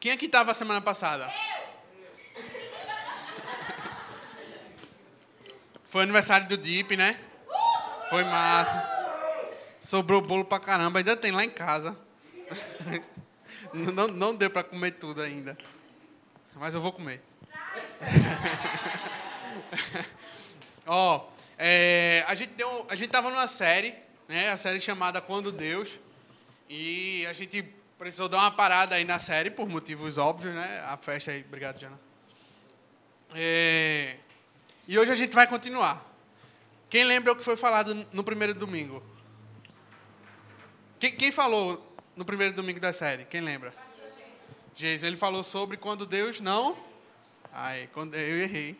Quem aqui estava semana passada? Foi aniversário do Deep, né? Foi massa. Sobrou bolo pra caramba, ainda tem lá em casa. Não deu pra comer tudo ainda. Mas eu vou comer. Ó, a gente tava numa série, né? A série chamada Quando Deus. E a gente precisou dar uma parada aí na série, por motivos óbvios, né? A festa aí, obrigado, Jana. E hoje a gente vai continuar. Quem lembra o que foi falado no primeiro domingo? Quem falou no primeiro domingo da série? Quem lembra? Jesus, ele falou sobre quando Deus não... Ai, eu errei.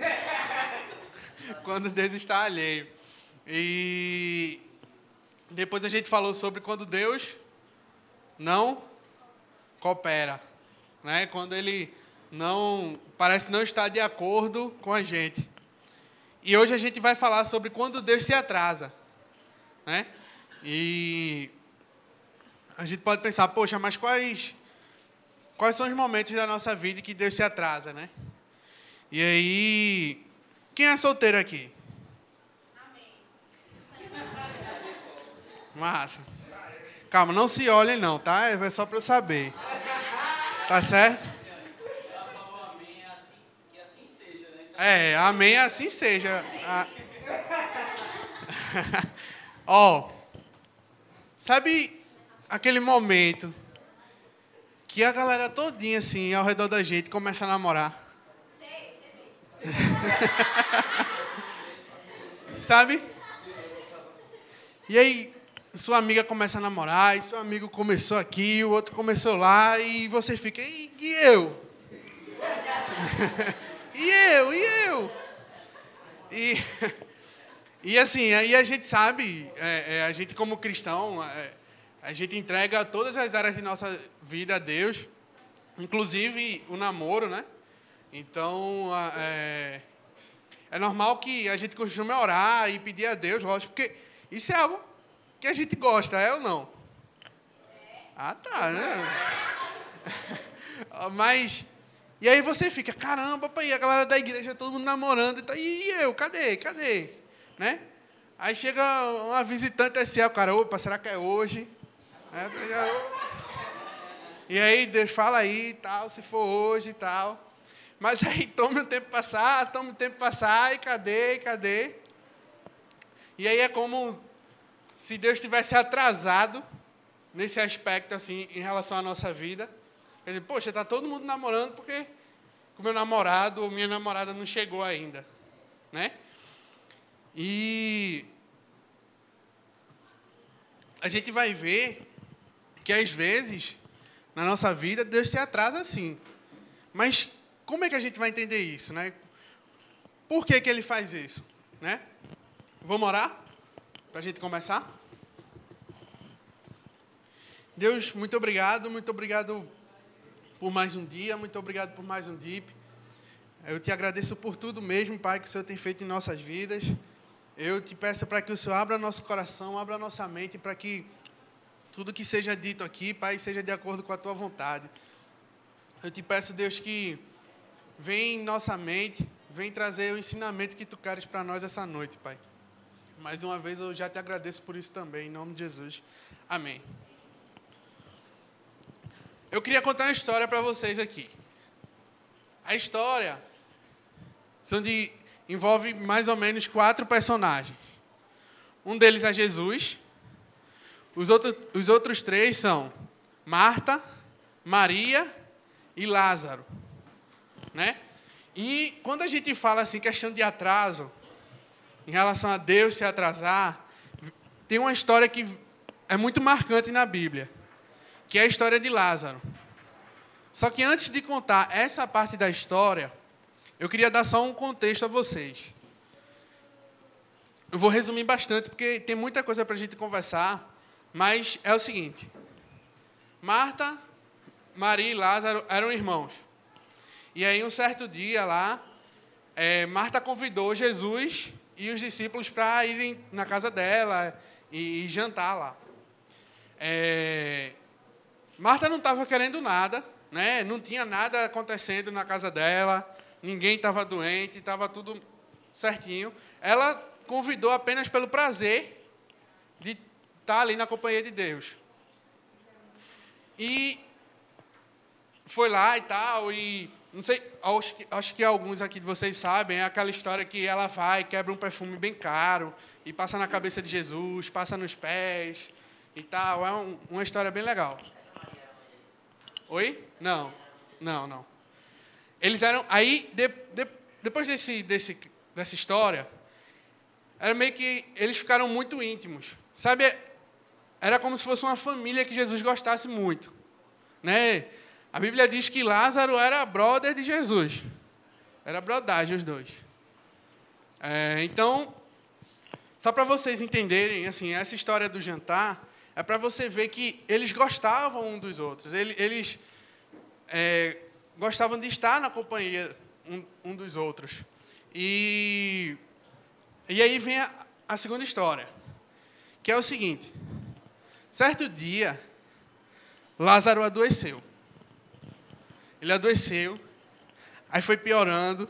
Quando Deus está alheio. E depois a gente falou sobre quando Deus não coopera, né? Quando ele parece não estar de acordo com a gente. E hoje a gente vai falar sobre quando Deus se atrasa, né? E a gente pode pensar, poxa, mas quais são os momentos da nossa vida que Deus se atrasa, né? E aí, quem é solteiro aqui? Amém. Massa. Calma, não se olhem não, tá? É só para eu saber. Tá certo? Ela falou amém, que assim seja, né? Amém, assim seja. Ó, sabe aquele momento que a galera todinha, assim, ao redor da gente, começa a namorar? Sabe? E aí, sua amiga começa a namorar, e seu amigo começou aqui, o outro começou lá, e você fica, e eu? E eu? E assim, aí a gente sabe, a gente como cristão, a gente entrega todas as áreas de nossa vida a Deus, inclusive o namoro, né? Então, é normal que a gente costume orar e pedir a Deus, lógico, porque isso é algo que a gente gosta, é ou não? Ah, tá, né? Mas, e aí você fica, caramba, pai, a galera da igreja, todo mundo namorando, e eu, cadê? Né? Aí chega uma visitante assim, o cara, opa, será que é hoje? E aí Deus fala aí e tal, se for hoje e tal. Mas aí toma o tempo passar, e cadê? E aí é como se Deus tivesse atrasado nesse aspecto, assim, em relação à nossa vida. Ele, poxa, está todo mundo namorando porque o meu namorado ou minha namorada não chegou ainda, né? E a gente vai ver que, às vezes, na nossa vida, Deus se atrasa assim. Mas como é que a gente vai entender isso, né? Por que ele faz isso, né? Vamos orar? Para a gente começar? Deus, muito obrigado por mais um dia, muito obrigado por mais um DIP. Eu te agradeço por tudo mesmo, Pai, que o Senhor tem feito em nossas vidas. Eu te peço para que o Senhor abra nosso coração, abra nossa mente, para que tudo que seja dito aqui, Pai, seja de acordo com a Tua vontade. Eu te peço, Deus, que vem em nossa mente, vem trazer o ensinamento que Tu queres para nós essa noite, Pai. Mais uma vez, eu já te agradeço por isso também, em nome de Jesus. Amém. Eu queria contar uma história para vocês aqui. A história envolve mais ou menos 4 personagens. Um deles é Jesus. Os outros 3 são Marta, Maria e Lázaro, né? E quando a gente fala assim, questão de atraso, em relação a Deus se atrasar, tem uma história que é muito marcante na Bíblia, que é a história de Lázaro. Só que antes de contar essa parte da história, eu queria dar só um contexto a vocês. Eu vou resumir bastante, porque tem muita coisa para a gente conversar, mas é o seguinte. Marta, Maria e Lázaro eram irmãos. E aí, um certo dia lá, Marta convidou Jesus e os discípulos para irem na casa dela e jantar lá. Marta não estava querendo nada, né? Não tinha nada acontecendo na casa dela, ninguém estava doente, estava tudo certinho. Ela convidou apenas pelo prazer de estar ali na companhia de Deus. E foi lá e tal, e não sei, acho que alguns aqui de vocês sabem, é aquela história que ela vai, quebra um perfume bem caro, e passa na cabeça de Jesus, passa nos pés e tal. É uma história bem legal. Oi? Não. Eles eram... Aí, depois dessa história, era meio que eles ficaram muito íntimos. Sabe, era como se fosse uma família que Jesus gostasse muito, né? A Bíblia diz que Lázaro era brother de Jesus. Era brodagem os dois. Então, só para vocês entenderem, assim, essa história do jantar é para você ver que eles gostavam um dos outros. Eles gostavam de estar na companhia um dos outros. E aí vem a segunda história, que é o seguinte. Certo dia, Lázaro adoeceu. Ele adoeceu, aí foi piorando.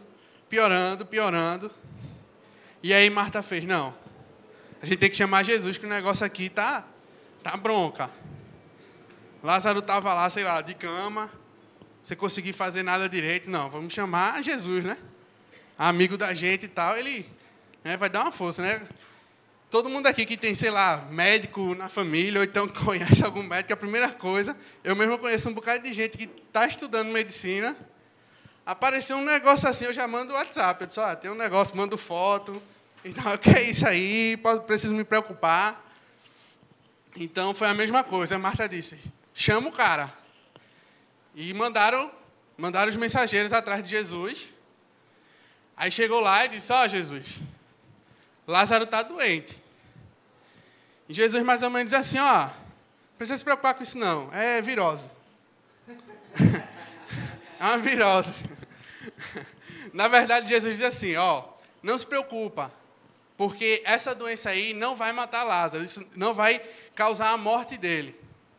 E aí Marta fez, não, a gente tem que chamar Jesus, que o negócio aqui tá bronca. Lázaro estava lá, sei lá, de cama, sem conseguir fazer nada direito. Não, vamos chamar Jesus, né? Amigo da gente e tal, ele vai dar uma força, né? Todo mundo aqui que tem, sei lá, médico na família, ou então conhece algum médico, a primeira coisa, eu mesmo conheço um bocado de gente que está estudando medicina, apareceu um negócio assim, eu já mando o WhatsApp, eu disse, tem um negócio, mando foto, então, o que é isso aí, preciso me preocupar. Então, foi a mesma coisa, a Marta disse, chama o cara. E mandaram os mensageiros atrás de Jesus, aí chegou lá e disse, Jesus, Lázaro está doente. E Jesus mais ou menos diz assim, não precisa se preocupar com isso não, é virose. É uma virose. Na verdade, Jesus diz assim, não se preocupa, porque essa doença aí não vai matar Lázaro, isso não vai causar a morte dele.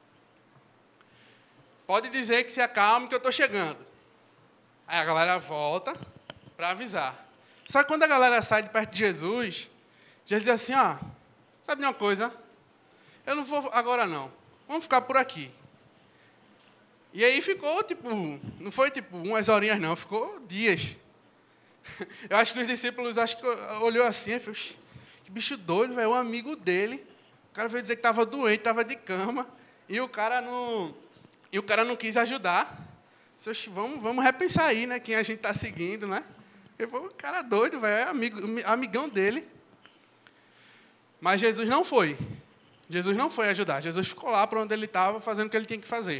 Pode dizer que se acalme que eu estou chegando. Aí a galera volta para avisar. Só que quando a galera sai de perto de Jesus, Jesus diz assim, sabe de uma coisa? Eu não vou agora não. Vamos ficar por aqui. E aí ficou, não foi umas horinhas não, ficou dias. Eu acho que os discípulos, olhou assim, e falou, que bicho doido, velho, um amigo dele. O cara veio dizer que estava doente, estava de cama, e o cara não quis ajudar. Vamos repensar aí, né, quem a gente está seguindo, né? O cara doido, velho, é amigão dele. Mas Jesus não foi. Jesus não foi ajudar. Jesus ficou lá para onde ele estava, fazendo o que ele tinha que fazer.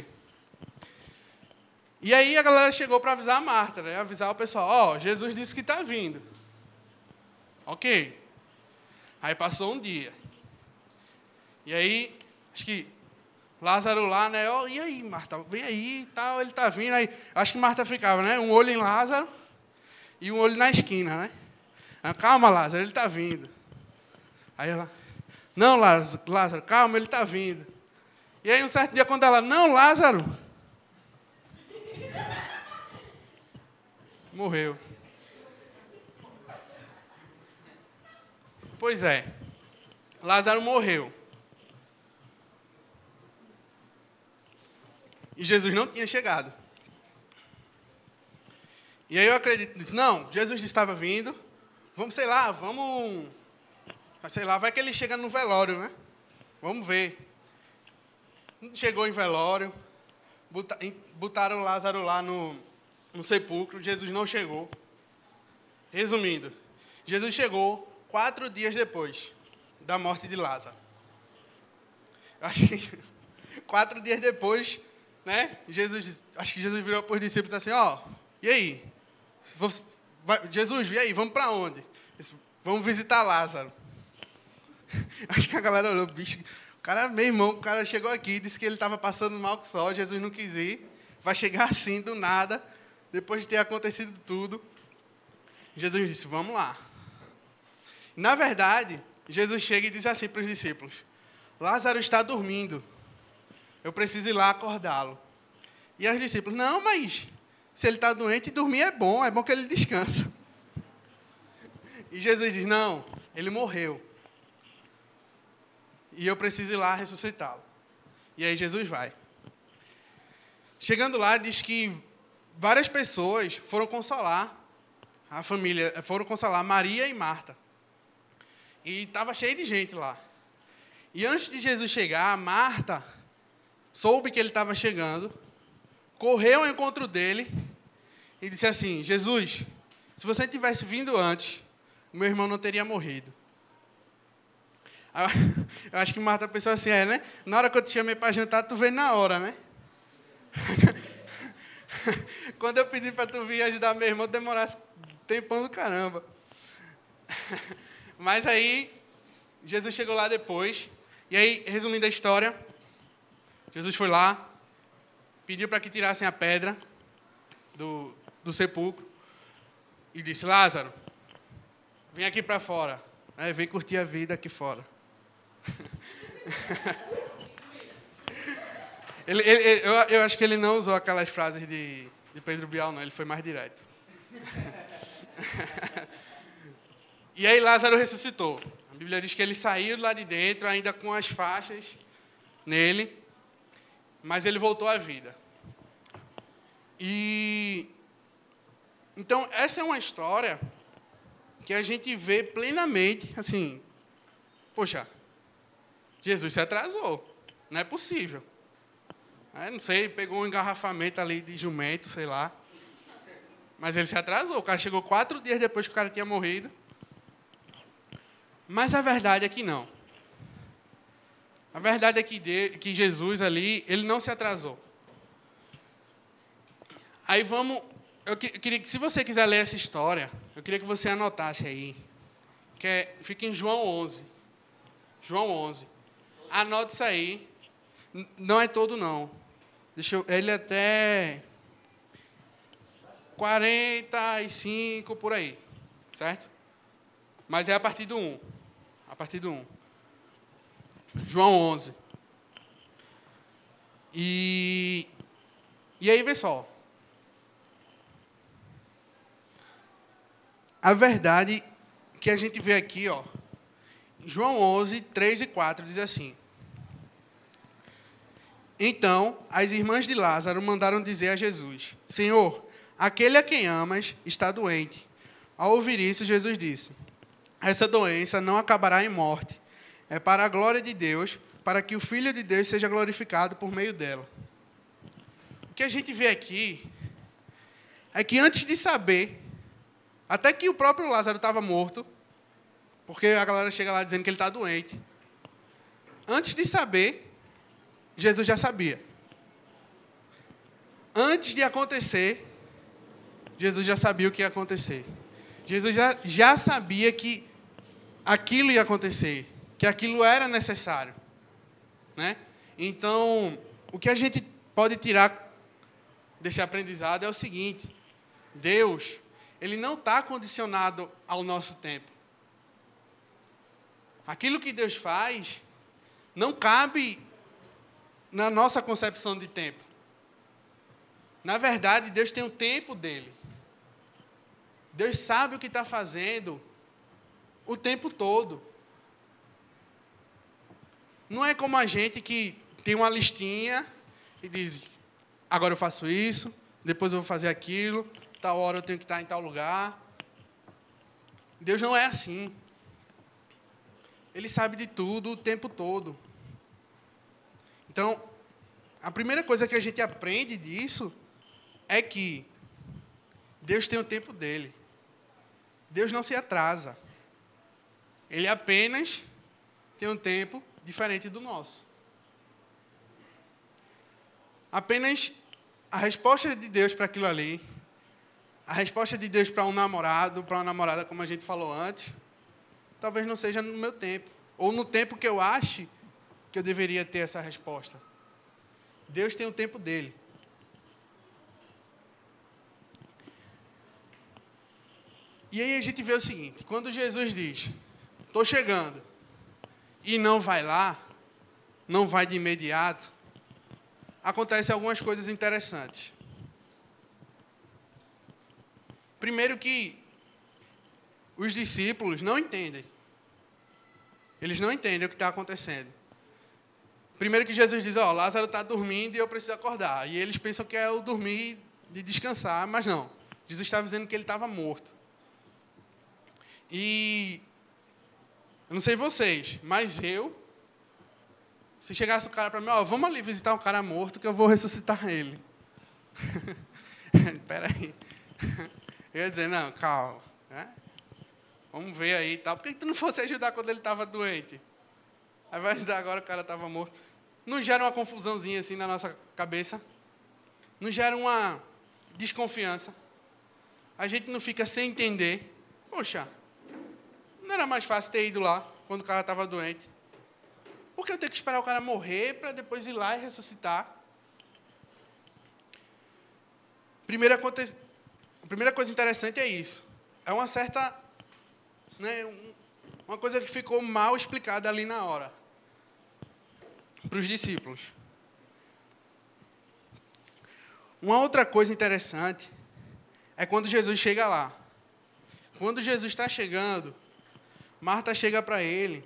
E aí a galera chegou para avisar a Marta, né? Avisar o pessoal, Jesus disse que está vindo. Ok. Aí passou um dia. E aí, acho que Lázaro lá, né? E aí, Marta, vem aí e tal, ele está vindo. Aí, acho que Marta ficava, né? Um olho em Lázaro e um olho na esquina, né? Calma, Lázaro, ele está vindo. Aí ela, não, Lázaro, calma, ele está vindo. E aí, um certo dia, quando ela, não, Lázaro, morreu. Pois é, Lázaro morreu. E Jesus não tinha chegado. E aí eu acredito, disse, não, Jesus estava vindo, sei lá, vai que ele chega no velório, né? Vamos ver. Chegou em velório, botaram Lázaro lá no sepulcro, Jesus não chegou. Resumindo, Jesus chegou 4 dias depois da morte de Lázaro. Acho que 4 dias depois, né? Acho que Jesus virou para os discípulos assim, e aí? Jesus, e aí, vamos para onde? Vamos visitar Lázaro. Acho que a galera olhou, bicho, o cara chegou aqui, disse que ele estava passando mal que só, Jesus não quis ir, vai chegar assim, do nada, depois de ter acontecido tudo. Jesus disse, vamos lá. Na verdade, Jesus chega e diz assim para os discípulos, Lázaro está dormindo, eu preciso ir lá acordá-lo. E os discípulos, não, mas se ele está doente, dormir é bom que ele descansa. E Jesus diz, não, ele morreu. E eu preciso ir lá ressuscitá-lo. E aí Jesus vai. Chegando lá, diz que várias pessoas foram consolar a família, foram consolar Maria e Marta. E estava cheio de gente lá. E antes de Jesus chegar, Marta soube que ele estava chegando, correu ao encontro dele e disse assim, Jesus, se você tivesse vindo antes, o meu irmão não teria morrido. Eu acho que Marta pensou assim, né? Na hora que eu te chamei para jantar, tu veio na hora, né? Quando eu pedi para tu vir ajudar meu irmão, demorasse tempão do caramba. Mas aí, Jesus chegou lá depois. E aí, resumindo a história, Jesus foi lá, pediu para que tirassem a pedra do sepulcro e disse, Lázaro, vem aqui para fora. Vem curtir a vida aqui fora. Eu acho que ele não usou aquelas frases de Pedro Bial, não. Ele foi mais direto. E aí Lázaro ressuscitou. A Bíblia diz que ele saiu lá de dentro, ainda com as faixas nele, mas ele voltou à vida. E então, essa é uma história que a gente vê plenamente, assim, poxa, Jesus se atrasou, não é possível. Não sei, pegou um engarrafamento ali de jumento, sei lá. Mas ele se atrasou, o cara chegou 4 dias depois que o cara tinha morrido. Mas a verdade é que não. A verdade é que Jesus ali, ele não se atrasou. Aí vamos... Eu queria que, se você quiser ler essa história, eu queria que você anotasse aí. Fica em João 11. João 11. Anote isso aí. Não é todo, não. Ele até 45, por aí. Certo? Mas é a partir do 1. A partir do 1. João 11. E aí, vê só. A verdade que a gente vê aqui, ó, João 11, 3 e 4, diz assim. Então, as irmãs de Lázaro mandaram dizer a Jesus, Senhor, aquele a quem amas está doente. Ao ouvir isso, Jesus disse, essa doença não acabará em morte. É para a glória de Deus, para que o Filho de Deus seja glorificado por meio dela. O que a gente vê aqui é que antes de saber, até que o próprio Lázaro estava morto, porque a galera chega lá dizendo que ele está doente, antes de saber, Jesus já sabia. Antes de acontecer, Jesus já sabia o que ia acontecer. Jesus já sabia que aquilo ia acontecer, que aquilo era necessário. Né? Então, o que a gente pode tirar desse aprendizado é o seguinte, Deus, ele não está condicionado ao nosso tempo. Aquilo que Deus faz não cabe na nossa concepção de tempo. Na verdade, Deus tem o tempo dele. Deus sabe o que está fazendo o tempo todo. Não é como a gente que tem uma listinha e diz, agora eu faço isso, depois eu vou fazer aquilo, tal hora eu tenho que estar em tal lugar. Deus não é assim. Ele sabe de tudo o tempo todo. Então, a primeira coisa que a gente aprende disso é que Deus tem o tempo dele. Deus não se atrasa. Ele apenas tem um tempo diferente do nosso. Apenas a resposta de Deus para aquilo ali, a resposta de Deus para um namorado, para uma namorada, como a gente falou antes, talvez não seja no meu tempo, ou no tempo que eu ache que eu deveria ter essa resposta. Deus tem o tempo dele. E aí a gente vê o seguinte, quando Jesus diz, estou chegando, e não vai lá, não vai de imediato, acontecem algumas coisas interessantes. Primeiro que os discípulos não entendem. Eles não entendem o que está acontecendo. Primeiro que Jesus diz, Lázaro está dormindo e eu preciso acordar. E eles pensam que é o dormir de descansar, mas não. Jesus estava dizendo que ele estava morto. E eu não sei vocês, mas se chegasse um cara para mim, vamos ali visitar um cara morto que eu vou ressuscitar ele. Espera aí. Eu ia dizer, não, calma. Né? Vamos ver aí e tal. Por que tu não fosse ajudar quando ele estava doente? Aí vai ajudar agora que o cara estava morto. Não gera uma confusãozinha assim na nossa cabeça? Não gera uma desconfiança? A gente não fica sem entender. Poxa, não era mais fácil ter ido lá quando o cara estava doente? Por que eu tenho que esperar o cara morrer para depois ir lá e ressuscitar? A primeira coisa interessante é isso. É uma certa... uma coisa que ficou mal explicada ali na hora para os discípulos. Uma outra coisa interessante é quando Jesus chega lá. Quando Jesus está chegando, Marta chega para ele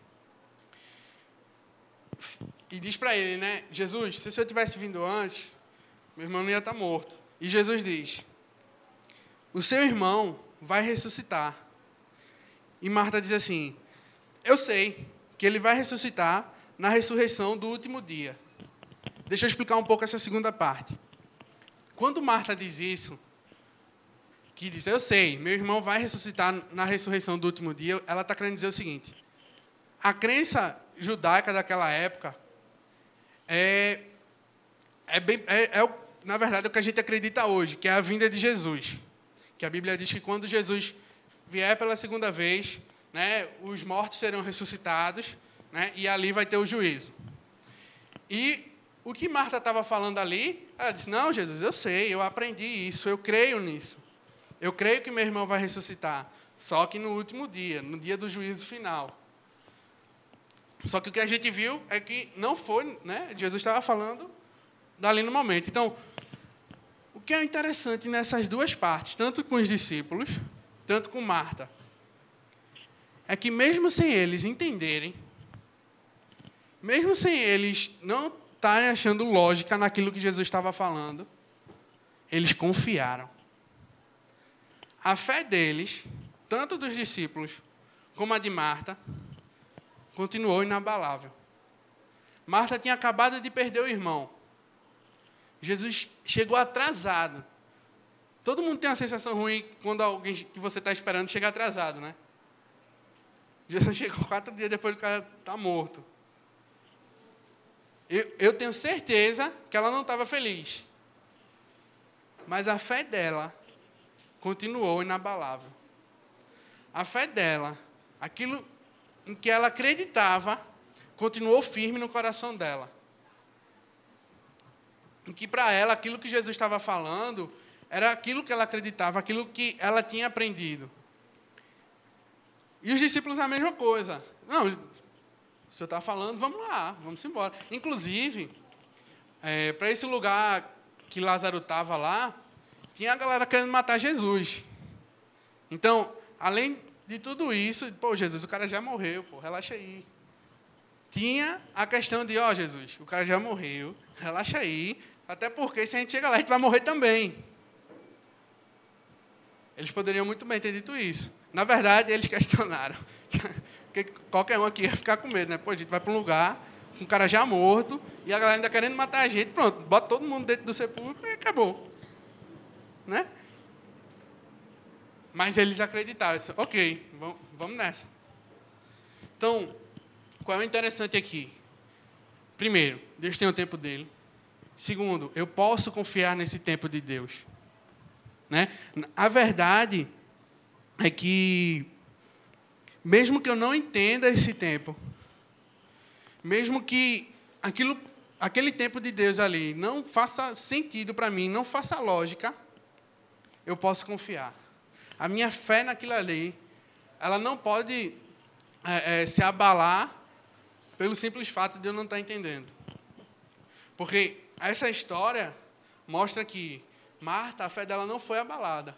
e diz para ele, né? Jesus, se o senhor tivesse vindo antes, meu irmão não ia estar morto. E Jesus diz, o seu irmão vai ressuscitar. E Marta diz assim, eu sei que ele vai ressuscitar na ressurreição do último dia. Deixa eu explicar um pouco essa segunda parte. Quando Marta diz isso, que diz, eu sei, meu irmão vai ressuscitar na ressurreição do último dia, ela está querendo dizer o seguinte, a crença judaica daquela época na verdade, é o que a gente acredita hoje, que é a vinda de Jesus. Que a Bíblia diz que quando Jesus vier pela segunda vez, né, os mortos serão ressuscitados, né, e ali vai ter o juízo. E o que Marta estava falando ali, ela disse, não, Jesus, eu sei, eu aprendi isso, eu creio nisso. Eu creio que meu irmão vai ressuscitar, só que no último dia, no dia do juízo final. Só que o que a gente viu é que não foi, né, Jesus estava falando dali no momento. Então, o que é interessante nessas duas partes, tanto com os discípulos, tanto com Marta, é que mesmo sem eles entenderem, mesmo sem eles não estarem achando lógica naquilo que Jesus estava falando, eles confiaram. A fé deles, tanto dos discípulos como a de Marta, continuou inabalável. Marta tinha acabado de perder o irmão. Jesus chegou atrasado. Todo mundo tem uma sensação ruim quando alguém que você está esperando chega atrasado, né? Jesus chegou 4 dias depois do cara estar morto. Eu tenho certeza que ela não estava feliz. Mas a fé dela continuou inabalável. A fé dela, aquilo em que ela acreditava, continuou firme no coração dela. Em que para ela, aquilo que Jesus estava falando, era aquilo que ela acreditava, aquilo que ela tinha aprendido. E os discípulos a mesma coisa. Não, o senhor está falando, vamos lá, vamos embora. Inclusive, para esse lugar que Lázaro estava lá, tinha a galera querendo matar Jesus. Então, além de tudo isso, Jesus, o cara já morreu, relaxa aí. Tinha a questão de, Jesus, o cara já morreu, relaxa aí, até porque se a gente chegar lá, a gente vai morrer também. Eles poderiam muito bem ter dito isso. Na verdade, eles questionaram. Porque qualquer um aqui ia ficar com medo, né? A gente vai para um lugar, com um cara já morto, e a galera ainda querendo matar a gente, pronto, bota todo mundo dentro do sepulcro e acabou. Né? Mas eles acreditaram, ok, vamos nessa. Então, qual é o interessante aqui? Primeiro, Deus tem o tempo dele. Segundo, eu posso confiar nesse tempo de Deus. Né? A verdade é que, mesmo que eu não entenda esse tempo, mesmo que aquele tempo de Deus ali não faça sentido para mim, não faça lógica, eu posso confiar. A minha fé naquilo ali, ela não pode se abalar pelo simples fato de eu não estar entendendo. Porque essa história mostra que Marta, a fé dela não foi abalada.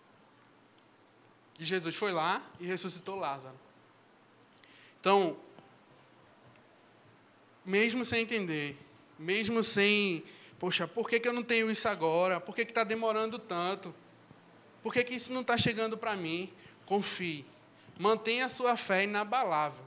E Jesus foi lá e ressuscitou Lázaro. Então, mesmo sem entender, mesmo sem, poxa, por que eu não tenho isso agora? Por que está demorando tanto? Por que isso não está chegando para mim? Confie. Mantenha a sua fé inabalável.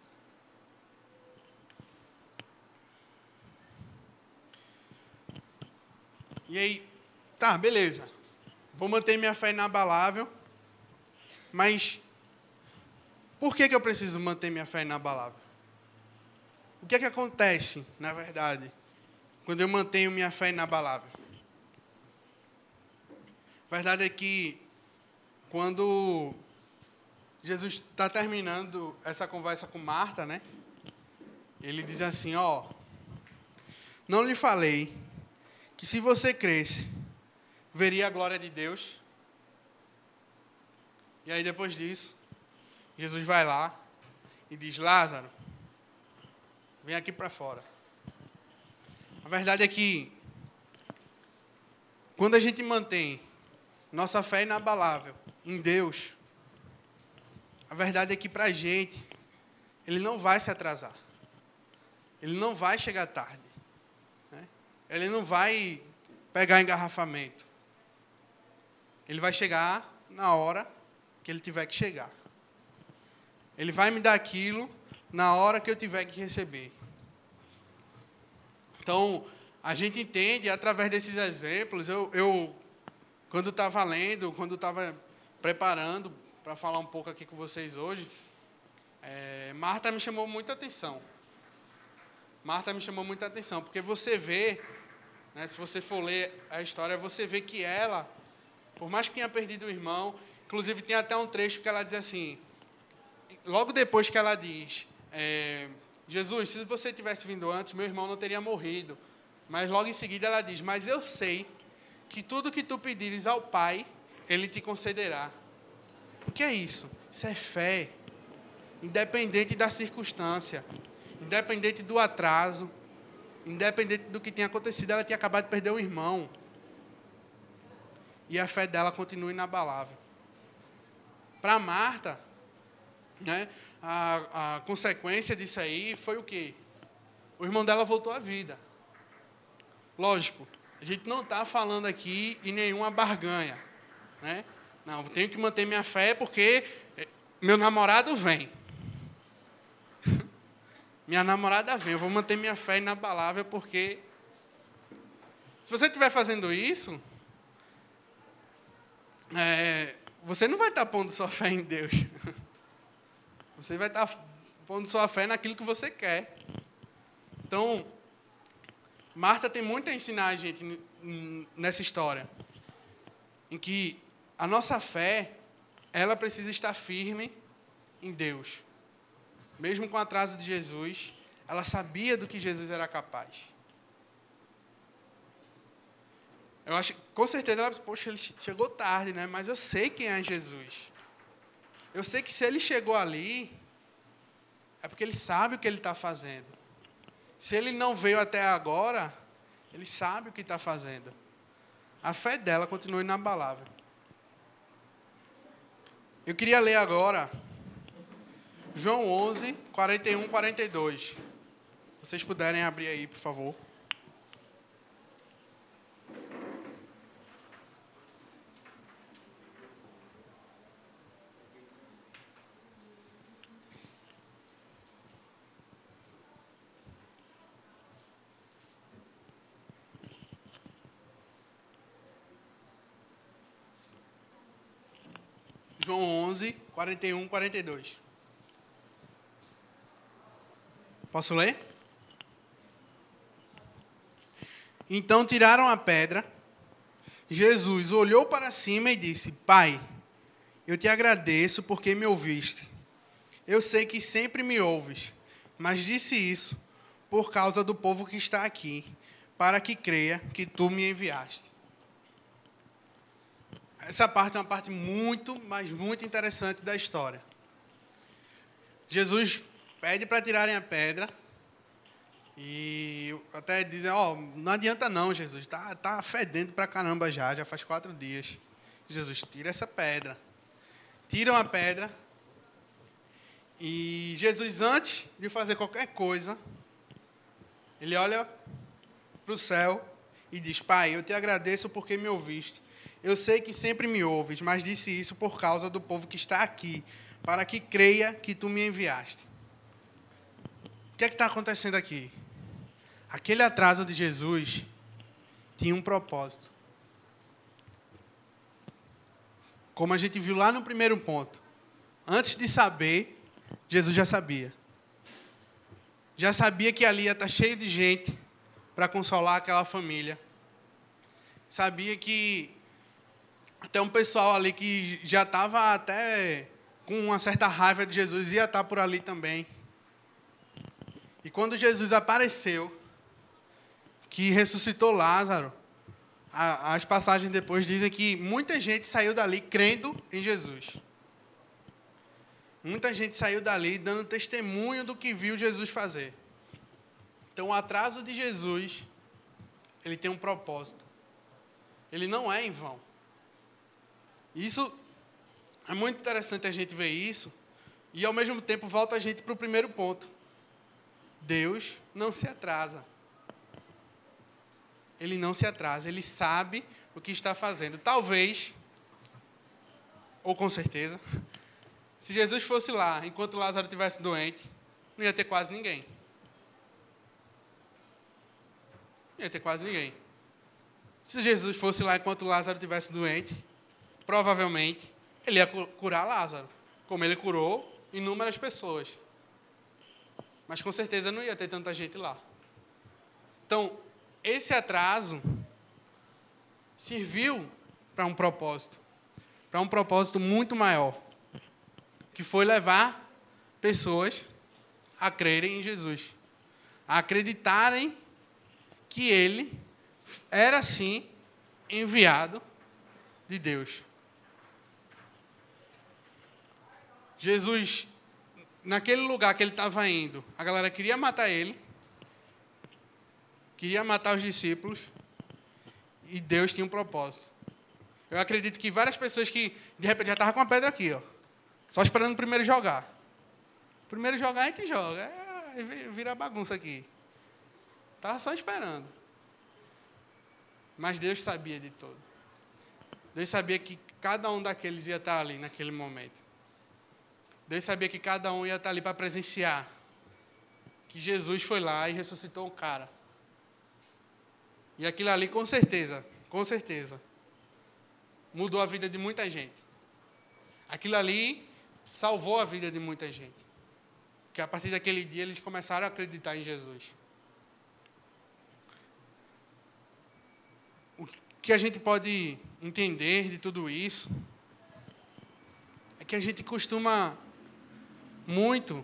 E aí, tá, beleza. Vou manter minha fé inabalável. Mas por que eu preciso manter minha fé inabalável? O que acontece, na verdade, quando eu mantenho minha fé inabalável? A verdade é que quando Jesus está terminando essa conversa com Marta, né? Ele diz assim, ó, não lhe falei que se você cresce, veria a glória de Deus? E aí depois disso, Jesus vai lá e diz, Lázaro, vem aqui para fora. A verdade é que quando a gente mantém nossa fé inabalável em Deus, a verdade é que para a gente, Ele não vai se atrasar. Ele não vai chegar tarde. Né? Ele não vai pegar engarrafamento. Ele vai chegar na hora que Ele tiver que chegar. Ele vai me dar aquilo na hora que eu tiver que receber. Então, a gente entende, através desses exemplos, eu quando estava lendo, quando estava preparando para falar um pouco aqui com vocês hoje, Marta me chamou muita atenção. Marta me chamou muita atenção, porque você vê, né, se você for ler a história, você vê que ela, por mais que tenha perdido o irmão, inclusive tem até um trecho que ela diz assim, logo depois que ela diz, Jesus, se você tivesse vindo antes, meu irmão não teria morrido. Mas logo em seguida ela diz, mas eu sei que tudo que tu pedires ao Pai, Ele te concederá. O que é isso? Isso é fé. Independente da circunstância, independente do atraso, independente do que tenha acontecido, ela tinha acabado de perder um irmão. E a fé dela continua inabalável. Para Marta, né, a consequência disso aí foi o quê? O irmão dela voltou à vida. Lógico, a gente não está falando aqui em nenhuma barganha. Né? Não, eu tenho que manter minha fé porque meu namorado vem. Minha namorada vem, eu vou manter minha fé inabalável porque... Se você estiver fazendo isso, você não vai estar pondo sua fé em Deus. Você vai estar pondo sua fé naquilo que você quer. Então, Marta tem muito a ensinar a gente nessa história. Em que a nossa fé, ela precisa estar firme em Deus. Mesmo com o atraso de Jesus, ela sabia do que Jesus era capaz. Eu acho, com certeza, ela, poxa, ele chegou tarde, né? Mas eu sei quem é Jesus. Eu sei que se ele chegou ali, é porque ele sabe o que ele está fazendo. Se ele não veio até agora, ele sabe o que está fazendo. A fé dela continua inabalável. Eu queria ler agora João 11, 41, 42. Se vocês puderem abrir aí, por favor. João 11, 41, 42. Posso ler? Então tiraram a pedra. Jesus olhou para cima e disse, Pai, eu te agradeço porque me ouviste. Eu sei que sempre me ouves, mas disse isso por causa do povo que está aqui, para que creia que tu me enviaste. Essa parte é uma parte muito, mas muito interessante da história. Jesus pede para tirarem a pedra E até dizem, não adianta não, Jesus, tá fedendo pra caramba já faz 4 dias. Jesus, tira essa pedra. Tiram a pedra. E Jesus, antes de fazer qualquer coisa, ele olha para o céu e diz, Pai, eu te agradeço porque me ouviste. Eu sei que sempre me ouves, mas disse isso por causa do povo que está aqui, para que creia que tu me enviaste. O que é que está acontecendo aqui? Aquele atraso de Jesus tinha um propósito. Como a gente viu lá no primeiro ponto. Antes de saber, Jesus já sabia. Já sabia que ali ia estar cheio de gente para consolar aquela família. Sabia que até um pessoal ali que já estava até com uma certa raiva de Jesus ia estar por ali também. E quando Jesus apareceu, que ressuscitou Lázaro, as passagens depois dizem que muita gente saiu dali crendo em Jesus. Muita gente saiu dali dando testemunho do que viu Jesus fazer. Então, o atraso de Jesus, ele tem um propósito. Ele não é em vão. Isso é muito interessante a gente ver isso. E, ao mesmo tempo, volta a gente para o primeiro ponto. Deus não se atrasa. Ele não se atrasa. Ele sabe o que está fazendo. Talvez, ou com certeza, se Jesus fosse lá, enquanto Lázaro estivesse doente, não ia ter quase ninguém. Não ia ter quase ninguém. Se Jesus fosse lá enquanto Lázaro estivesse doente, provavelmente ele ia curar Lázaro, como ele curou inúmeras pessoas. Mas com certeza não ia ter tanta gente lá. Então, esse atraso serviu para um propósito muito maior, que foi levar pessoas a crerem em Jesus, a acreditarem que ele era, sim, enviado de Deus. Jesus, naquele lugar que ele estava indo, a galera queria matar ele, queria matar os discípulos, e Deus tinha um propósito. Eu acredito que várias pessoas que, de repente, já estavam com a pedra aqui, só esperando o primeiro jogar. O primeiro jogar a gente joga, vira bagunça aqui. Estava só esperando. Mas Deus sabia de tudo. Deus sabia que cada um daqueles ia estar ali naquele momento. Deus sabia que cada um ia estar ali para presenciar que Jesus foi lá e ressuscitou um cara. E aquilo ali, com certeza, mudou a vida de muita gente. Aquilo ali salvou a vida de muita gente. Porque a partir daquele dia eles começaram a acreditar em Jesus. O que a gente pode entender de tudo isso é que a gente costuma muito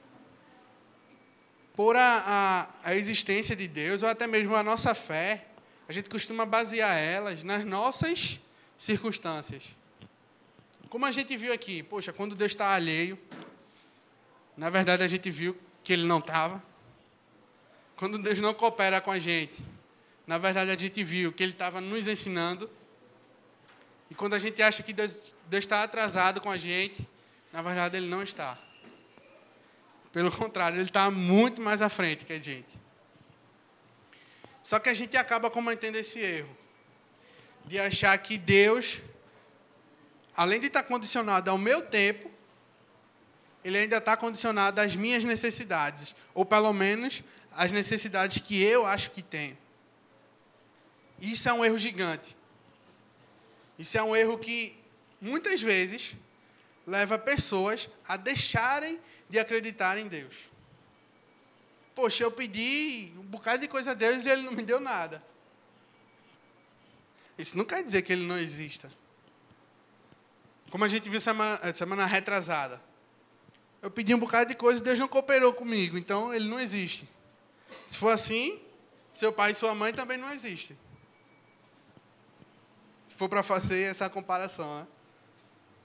por a existência de Deus, ou até mesmo a nossa fé, a gente costuma basear elas nas nossas circunstâncias. Como a gente viu aqui, poxa, quando Deus está alheio, na verdade a gente viu que Ele não estava. Quando Deus não coopera com a gente, na verdade a gente viu que Ele estava nos ensinando. E quando a gente acha que Deus está atrasado com a gente, na verdade Ele não está. Pelo contrário, Ele está muito mais à frente que a gente. Só que a gente acaba cometendo esse erro de achar que Deus, além de estar condicionado ao meu tempo, Ele ainda está condicionado às minhas necessidades, ou pelo menos às necessidades que eu acho que tenho. Isso é um erro gigante. Isso é um erro que, muitas vezes, leva pessoas a deixarem de acreditar em Deus. Poxa, eu pedi um bocado de coisa a Deus e Ele não me deu nada. Isso não quer dizer que Ele não exista. Como a gente viu semana retrasada. Eu pedi um bocado de coisa e Deus não cooperou comigo, então Ele não existe. Se for assim, seu pai e sua mãe também não existem. Se for para fazer essa comparação, né?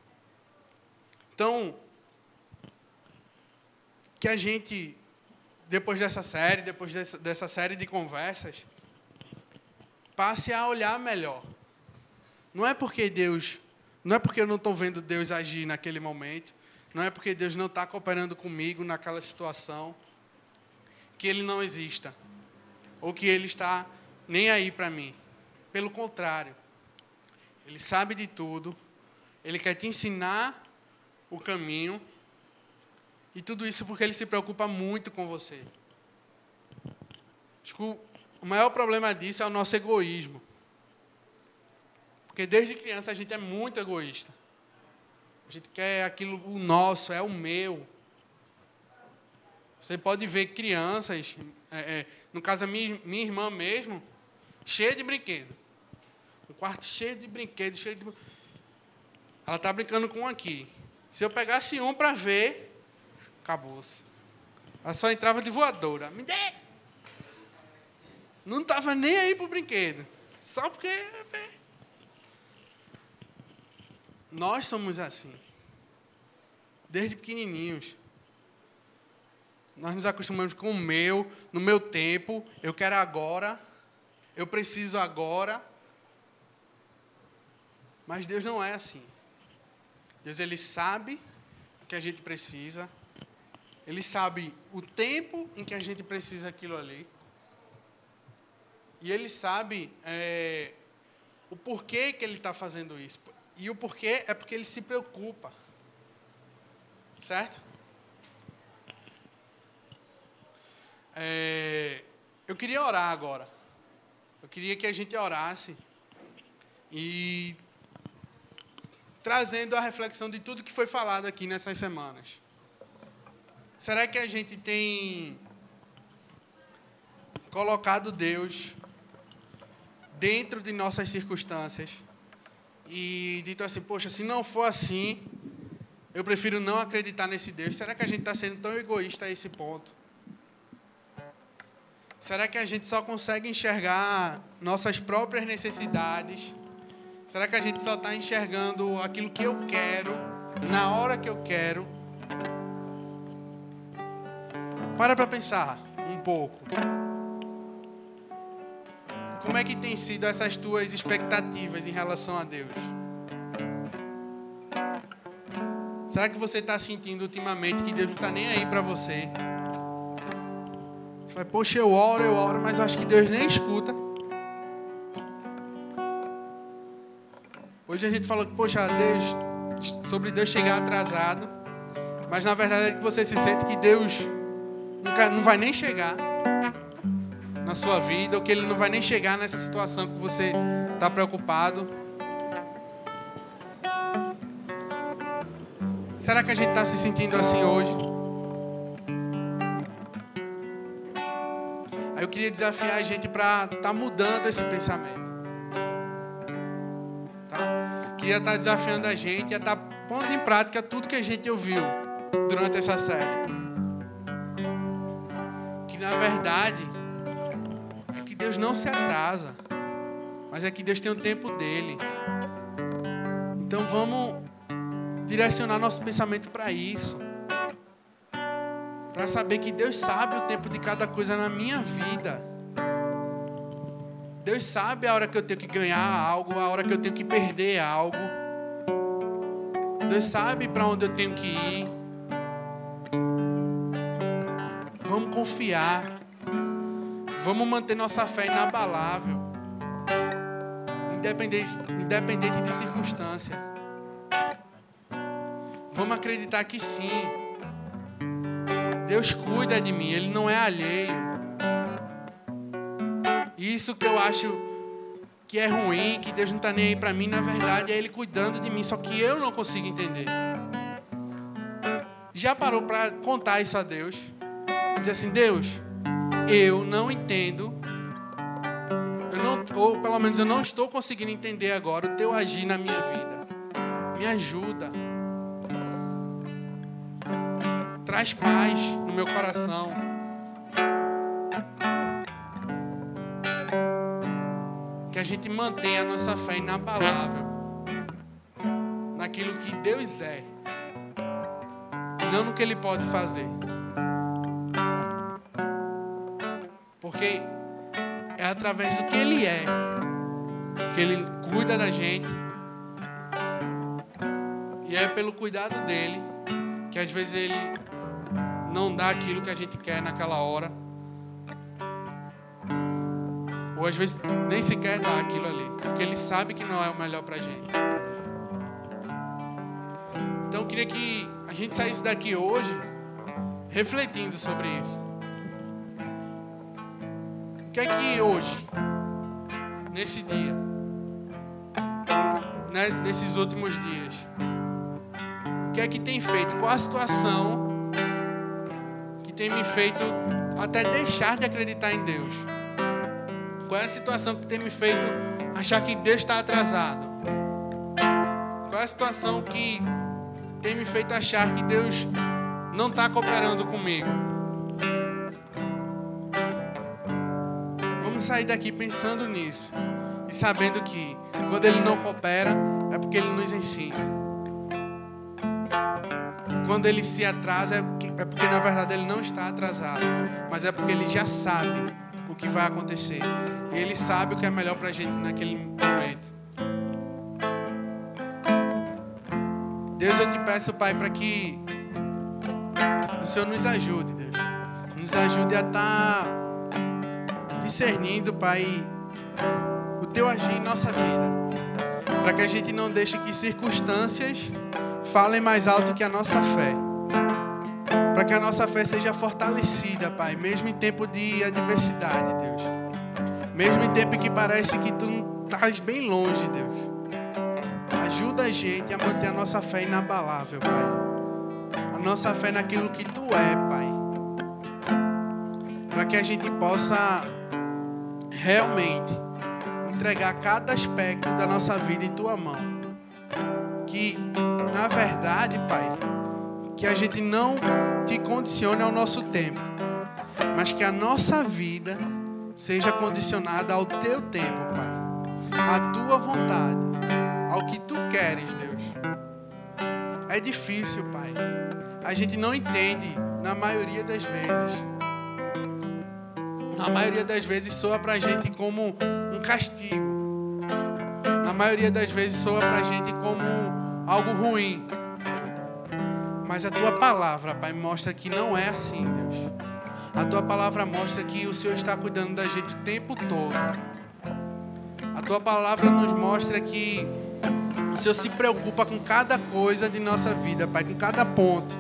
Então, que a gente depois dessa série de conversas, passe a olhar melhor. Não é porque eu não estou vendo Deus agir naquele momento, não é porque Deus não está cooperando comigo naquela situação, que Ele não exista, ou que Ele está nem aí para mim. Pelo contrário, Ele sabe de tudo, Ele quer te ensinar o caminho, e tudo isso porque Ele se preocupa muito com você. Acho que o maior problema disso é o nosso egoísmo. Porque desde criança a gente é muito egoísta. A gente quer aquilo, o nosso, é o meu. Você pode ver crianças, no caso a minha irmã mesmo, cheia de brinquedo. Um quarto cheio de brinquedos, Ela está brincando com um aqui. Se eu pegasse um para ver, acabou-se. Ela só entrava de voadora. Me dê! Não estava nem aí para o brinquedo. Só porque... Nós somos assim. Desde pequenininhos. Nós nos acostumamos com o meu, no meu tempo, eu quero agora, eu preciso agora. Mas Deus não é assim. Deus, Ele sabe o que a gente precisa. Ele sabe o tempo em que a gente precisa aquilo ali. E Ele sabe o porquê que Ele está fazendo isso. E o porquê é porque Ele se preocupa. Certo? Eu queria orar agora. Eu queria que a gente orasse. E trazendo a reflexão de tudo que foi falado aqui nessas semanas. Será que a gente tem colocado Deus dentro de nossas circunstâncias e dito assim, poxa, se não for assim, eu prefiro não acreditar nesse Deus? Será que a gente está sendo tão egoísta a esse ponto? Será que a gente só consegue enxergar nossas próprias necessidades? Será que a gente só está enxergando aquilo que eu quero, na hora que eu quero? Para pensar um pouco. Como é que tem sido essas tuas expectativas em relação a Deus? Será que você está sentindo ultimamente que Deus não está nem aí para você? Você vai, poxa, eu oro, mas eu acho que Deus nem escuta. Hoje a gente falou que, poxa, sobre Deus chegar atrasado, mas na verdade é que você se sente que Deus não vai nem chegar na sua vida, ou que Ele não vai nem chegar nessa situação que você está preocupado. Será que a gente está se sentindo assim hoje? Aí eu queria desafiar a gente para estar mudando esse pensamento. Tá? Queria estar desafiando a gente a estar pondo em prática tudo que a gente ouviu durante essa série. Que na verdade é que Deus não se atrasa, mas é que Deus tem o tempo dele. Então vamos direcionar nosso pensamento para isso, para saber que Deus sabe o tempo de cada coisa na minha vida. Deus sabe a hora que eu tenho que ganhar algo, a hora que eu tenho que perder algo. Deus sabe para onde eu tenho que ir. Vamos confiar. Vamos manter nossa fé inabalável, independente de circunstância. Vamos acreditar que sim, Deus cuida de mim, Ele não é alheio. Isso que eu acho que é ruim, que Deus não está nem aí para mim, na verdade é Ele cuidando de mim, só que eu não consigo entender. Já parou para contar isso a Deus? Dizer assim, Deus, eu não entendo, ou pelo menos eu não estou conseguindo entender agora o Teu agir na minha vida. Me ajuda. Traz paz no meu coração. Que a gente mantenha a nossa fé inabalável naquilo que Deus é, não no que Ele pode fazer. Porque é através do que Ele é, que Ele cuida da gente. E é pelo cuidado dEle que às vezes Ele não dá aquilo que a gente quer naquela hora. Ou às vezes nem sequer dá aquilo ali, porque Ele sabe que não é o melhor pra gente. Então eu queria que a gente saísse daqui hoje refletindo sobre isso. O que é que hoje, nesse dia, né, nesses últimos dias, o que é que tem feito? Qual a situação que tem me feito até deixar de acreditar em Deus? Qual é a situação que tem me feito achar que Deus está atrasado? Qual é a situação que tem me feito achar que Deus não está cooperando comigo? Vamos sair daqui pensando nisso e sabendo que quando Ele não coopera é porque Ele nos ensina. E quando Ele se atrasa é porque na verdade Ele não está atrasado, mas é porque Ele já sabe o que vai acontecer. E Ele sabe o que é melhor para a gente naquele momento. Deus, eu te peço, Pai, para que o Senhor nos ajude, Deus. Nos ajude a estar discernindo, Pai, o Teu agir em nossa vida. Para que a gente não deixe que circunstâncias falem mais alto que a nossa fé. Para que a nossa fé seja fortalecida, Pai, mesmo em tempo de adversidade, Deus. Mesmo em tempo que parece que Tu não estás bem longe, Deus. Ajuda a gente a manter a nossa fé inabalável, Pai. A nossa fé naquilo que Tu é, Pai. Para que a gente possa realmente entregar cada aspecto da nossa vida em Tua mão. Que, na verdade, Pai, que a gente não te condicione ao nosso tempo, mas que a nossa vida seja condicionada ao Teu tempo, Pai. À Tua vontade, ao que Tu queres, Deus. É difícil, Pai. A gente não entende na maioria das vezes. Na maioria das vezes soa pra gente como um castigo. Na maioria das vezes soa pra gente como algo ruim. Mas a Tua palavra, Pai, mostra que não é assim, Deus. A Tua palavra mostra que o Senhor está cuidando da gente o tempo todo. A Tua palavra nos mostra que o Senhor se preocupa com cada coisa de nossa vida, Pai, com cada ponto.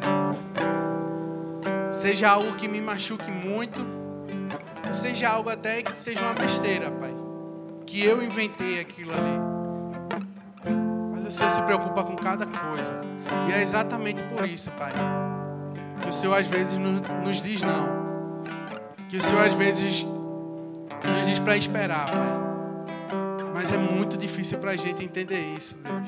Seja algo que me machuque muito, ou seja algo até que seja uma besteira, Pai. Que eu inventei aquilo ali. Mas o Senhor se preocupa com cada coisa. E é exatamente por isso, Pai, que o Senhor às vezes nos diz não. Que o Senhor às vezes nos diz para esperar, Pai. Mas é muito difícil para a gente entender isso, Deus.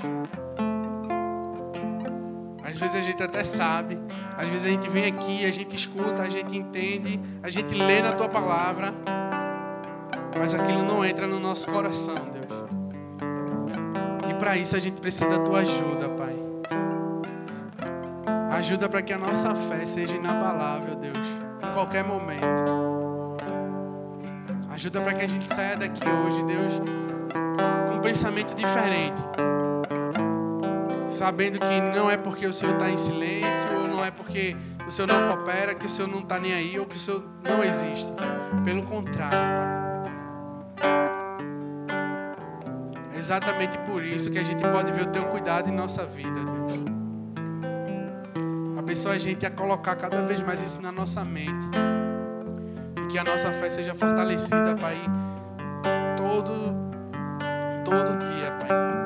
Às vezes a gente até sabe, às vezes a gente vem aqui, a gente escuta, a gente entende, a gente lê na Tua palavra, mas aquilo não entra no nosso coração, Deus. E para isso a gente precisa da Tua ajuda, Pai. Ajuda para que a nossa fé seja inabalável, Deus, em qualquer momento. Ajuda para que a gente saia daqui hoje, Deus, com um pensamento diferente. Sabendo que não é porque o Senhor está em silêncio, ou não é porque o Senhor não coopera, que o Senhor não está nem aí, ou que o Senhor não existe. Pelo contrário, Pai. É exatamente por isso que a gente pode ver o Teu cuidado em nossa vida, Deus. Abençoa a gente a colocar cada vez mais isso na nossa mente. E que a nossa fé seja fortalecida, Pai, todo dia, Pai.